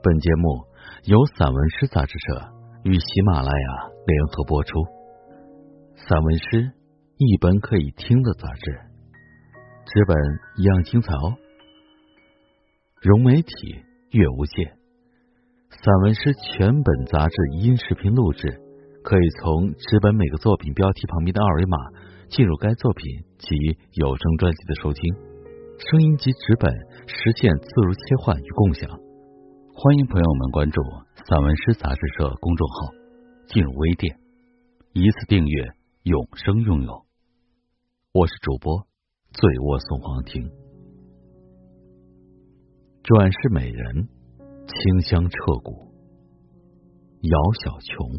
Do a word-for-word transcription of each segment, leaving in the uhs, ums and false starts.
本节目由散文诗杂志社与喜马拉雅联合播出。散文诗，一本可以听的杂志，纸本一样精彩哦。融媒体阅无界，散文诗全本杂志音视频录制，可以从纸本每个作品标题旁边的二维码进入该作品及有声专辑的收听，声音及纸本实现自如切换与共享。欢迎朋友们关注散文诗杂志社公众号，进入微店，一次订阅，永生拥有。我是主播醉卧送黄庭。转世美人，清香彻骨，姚小琼。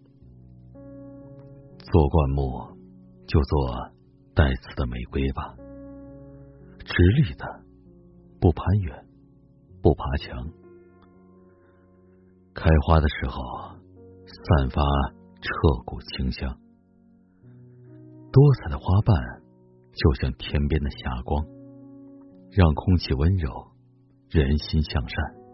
做灌木就做带刺的玫瑰吧，直立的，不攀援，不爬墙。开花的时候散发彻骨清香，多彩的花瓣就像天边的霞光，让空气温柔，人心向善。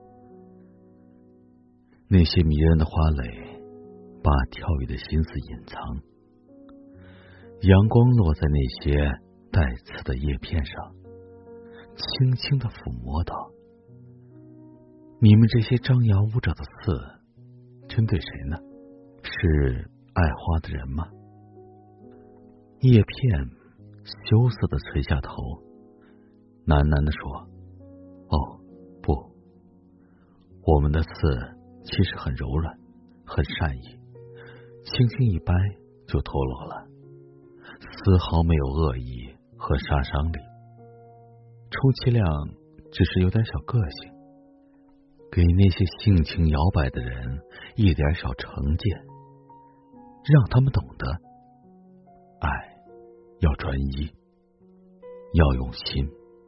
那些迷人的花蕾把跳跃的心思隐藏，阳光落在那些带刺的叶片上，轻轻地抚摸到。你们这些张牙舞爪的刺针对谁呢？是爱花的人吗？叶片羞涩地垂下头，喃喃地说，哦不，我们的刺其实很柔软，很善意，轻轻一掰就脱落了，丝毫没有恶意和杀伤力，充其量只是有点小个性，给那些性情摇摆的人一点小成见，让他们懂得爱要专一，要用心。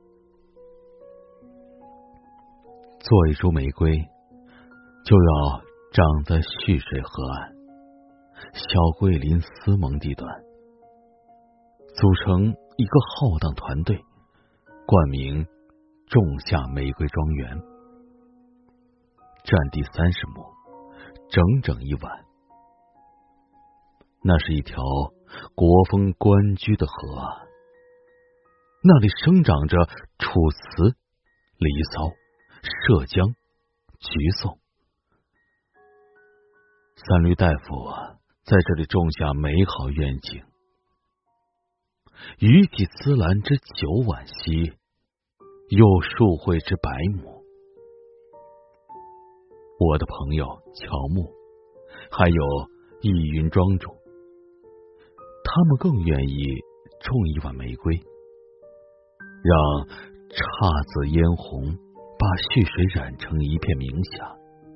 做一株玫瑰，就要长在蓄水河岸，小桂林丝蒙地段，组成一个浩荡团队，冠名仲夏玫瑰庄园，占地三十亩，整整一晚。那是一条国风关居的河啊，那里生长着楚辞、离骚、涉江、橘颂。三闾大夫在这里种下美好愿景。雨体滋兰之九晚兮，有树蕙之百亩。我的朋友乔木，还有易云庄主，他们更愿意种一碗玫瑰，让姹紫嫣红把蓄水染成一片明霞。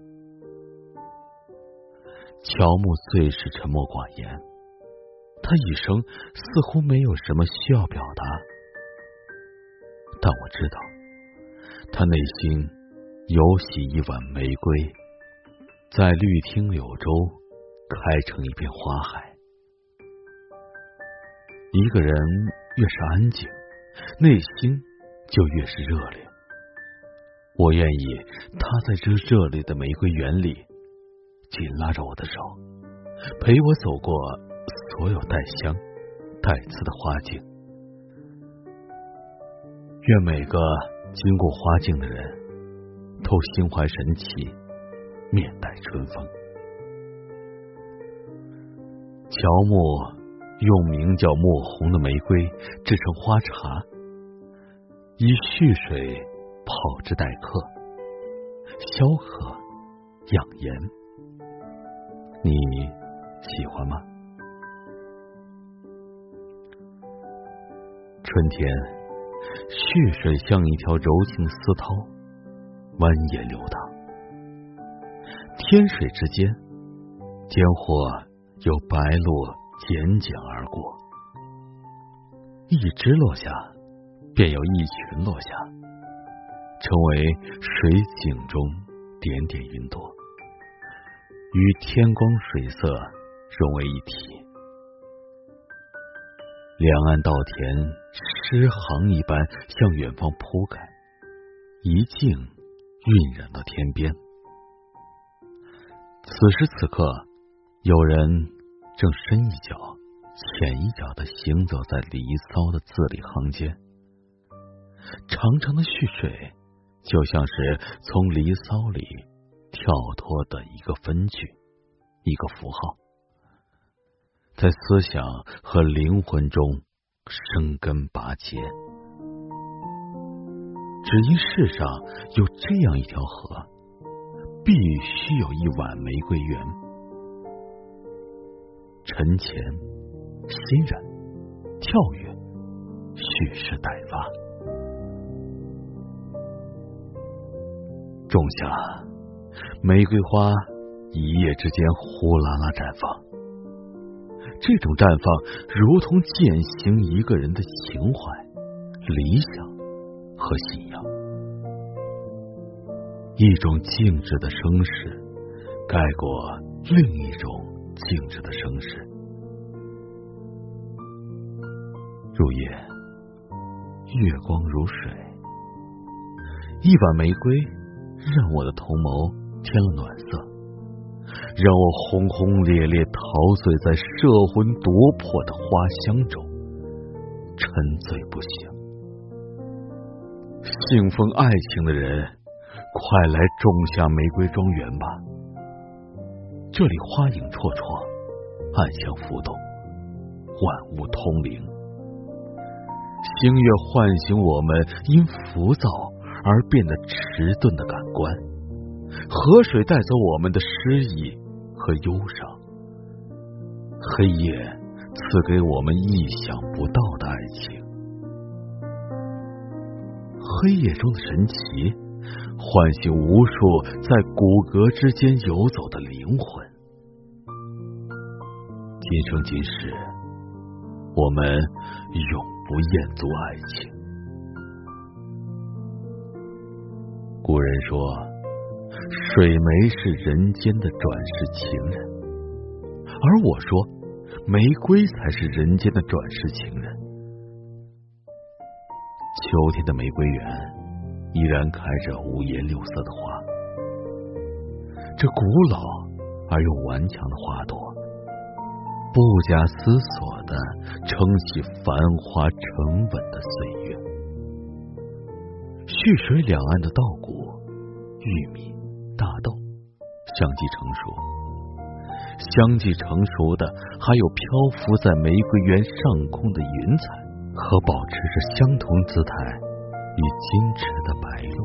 乔木最是沉默寡言，他一生似乎没有什么需要表达，但我知道他内心有喜一碗玫瑰，在绿汀柳州开成一片花海。一个人越是安静，内心就越是热烈。我愿意他在这热烈的玫瑰园里紧拉着我的手，陪我走过所有带香带刺的花径。愿每个经过花径的人都心怀神奇，面带春风。乔木用名叫墨红的玫瑰制成花茶，以蓄水泡之待客，消渴养颜。你喜欢吗？春天，蓄水像一条柔情丝绦，蜿蜒流淌。天水之间，间或有白鹭剪剪而过，一只落下，便有一群落下，成为水井中点点云朵，与天光水色融为一体。两岸稻田诗行一般向远方铺开，一径晕染到天边， 此时此刻，有人正深一脚浅一脚地行走在离骚的字里行间，长长的絮水就像是从离骚里跳脱的一个分句，一个符号，在思想和灵魂中生根拔节。只因世上有这样一条河，必须有一碗玫瑰园。沉潜、欣然、跳跃，蓄势待发。种下玫瑰花，一夜之间呼啦啦绽放。这种绽放如同践行一个人的情怀、理想和信仰。一种静止的声势盖过另一种静止的声势。入夜，月光如水，一碗玫瑰让我的同眸添了暖色，让我轰轰烈烈陶醉在摄魂夺魄的花香中，沉醉不醒。信奉爱情的人，快来种下玫瑰庄园吧！这里花影绰绰，暗香浮动，万物通灵。星月唤醒我们因浮躁而变得迟钝的感官，河水带走我们的诗意和忧伤，黑夜赐给我们意想不到的爱情。黑夜中的神奇唤醒无数在骨骼之间游走的灵魂。今生今世，我们永不厌足爱情。古人说，水梅是人间的转世情人，而我说，玫瑰才是人间的转世情人。秋天的玫瑰园依然开着五颜六色的花，这古老而又顽强的花朵，不假思索地撑起繁华沉稳的岁月。蓄水两岸的稻谷、玉米、大豆相继成熟，相继成熟的还有漂浮在玫瑰园上空的云彩和保持着相同姿态与矜持的白鹭。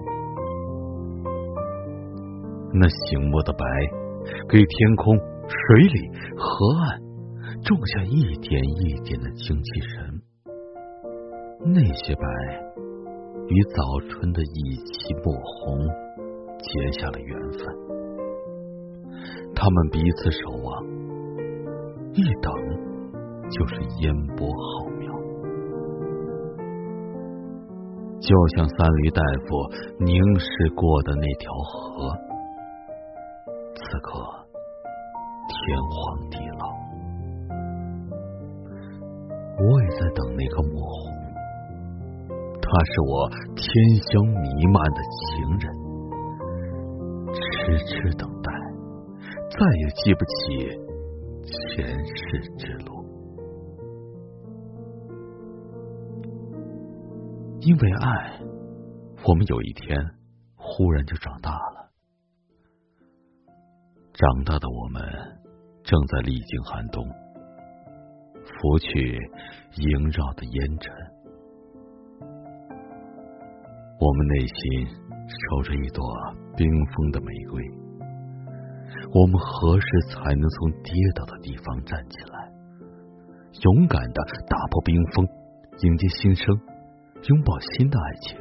那醒目的白给天空、水里、河岸种下一点一点的精气神。那些白与早春的一期墨红结下了缘分，他们彼此守望，一等就是烟波浩渺。就像三闾大夫凝视过的那条河，此刻天荒地老。我也在等那个墨红，他是我天香弥漫的情人。痴痴等待，再也记不起前世之路。因为爱，我们有一天忽然就长大了。长大的我们正在历经寒冬，拂去萦绕的烟尘。我们内心守着一朵冰封的玫瑰，我们何时才能从跌倒的地方站起来，勇敢地打破冰封，迎接新生，拥抱新的爱情？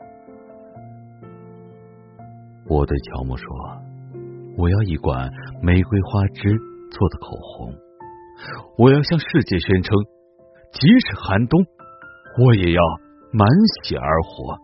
我对乔木说，我要一管玫瑰花枝做的口红，我要向世界宣称，即使寒冬，我也要满血而活。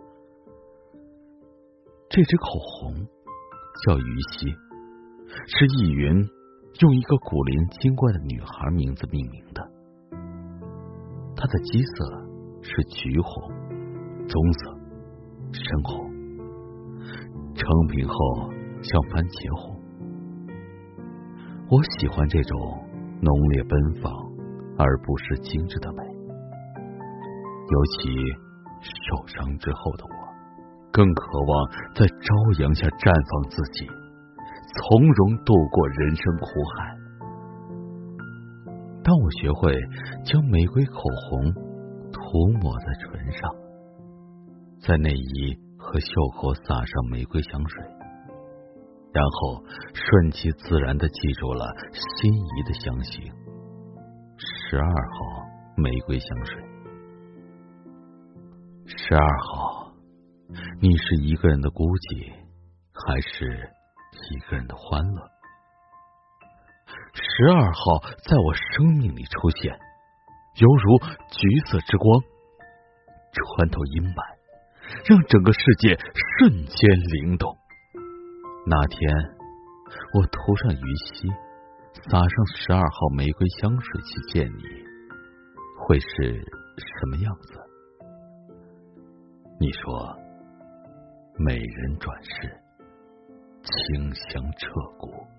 这支口红叫于西，是易云用一个古灵精怪的女孩名字命名的。它的基色是橘红、棕色、深红，成品后像番茄红， 我喜欢这种浓烈奔放而不是精致的美。尤其受伤之后的我，更渴望在朝阳下绽放自己，从容度过人生苦海。当我学会将玫瑰口红涂抹在唇上，在内衣和袖口撒上玫瑰香水，然后顺其自然地记住了心仪的香型——十二号玫瑰香水。十二号，你是一个人的孤寂，还是一个人的欢乐？十二号在我生命里出现，犹如橘色之光，穿透阴霾，让整个世界瞬间灵动。那天，我涂上鱼溪，撒上十二号玫瑰香水去见你，会是什么样子？你说，美人转世，清香彻骨。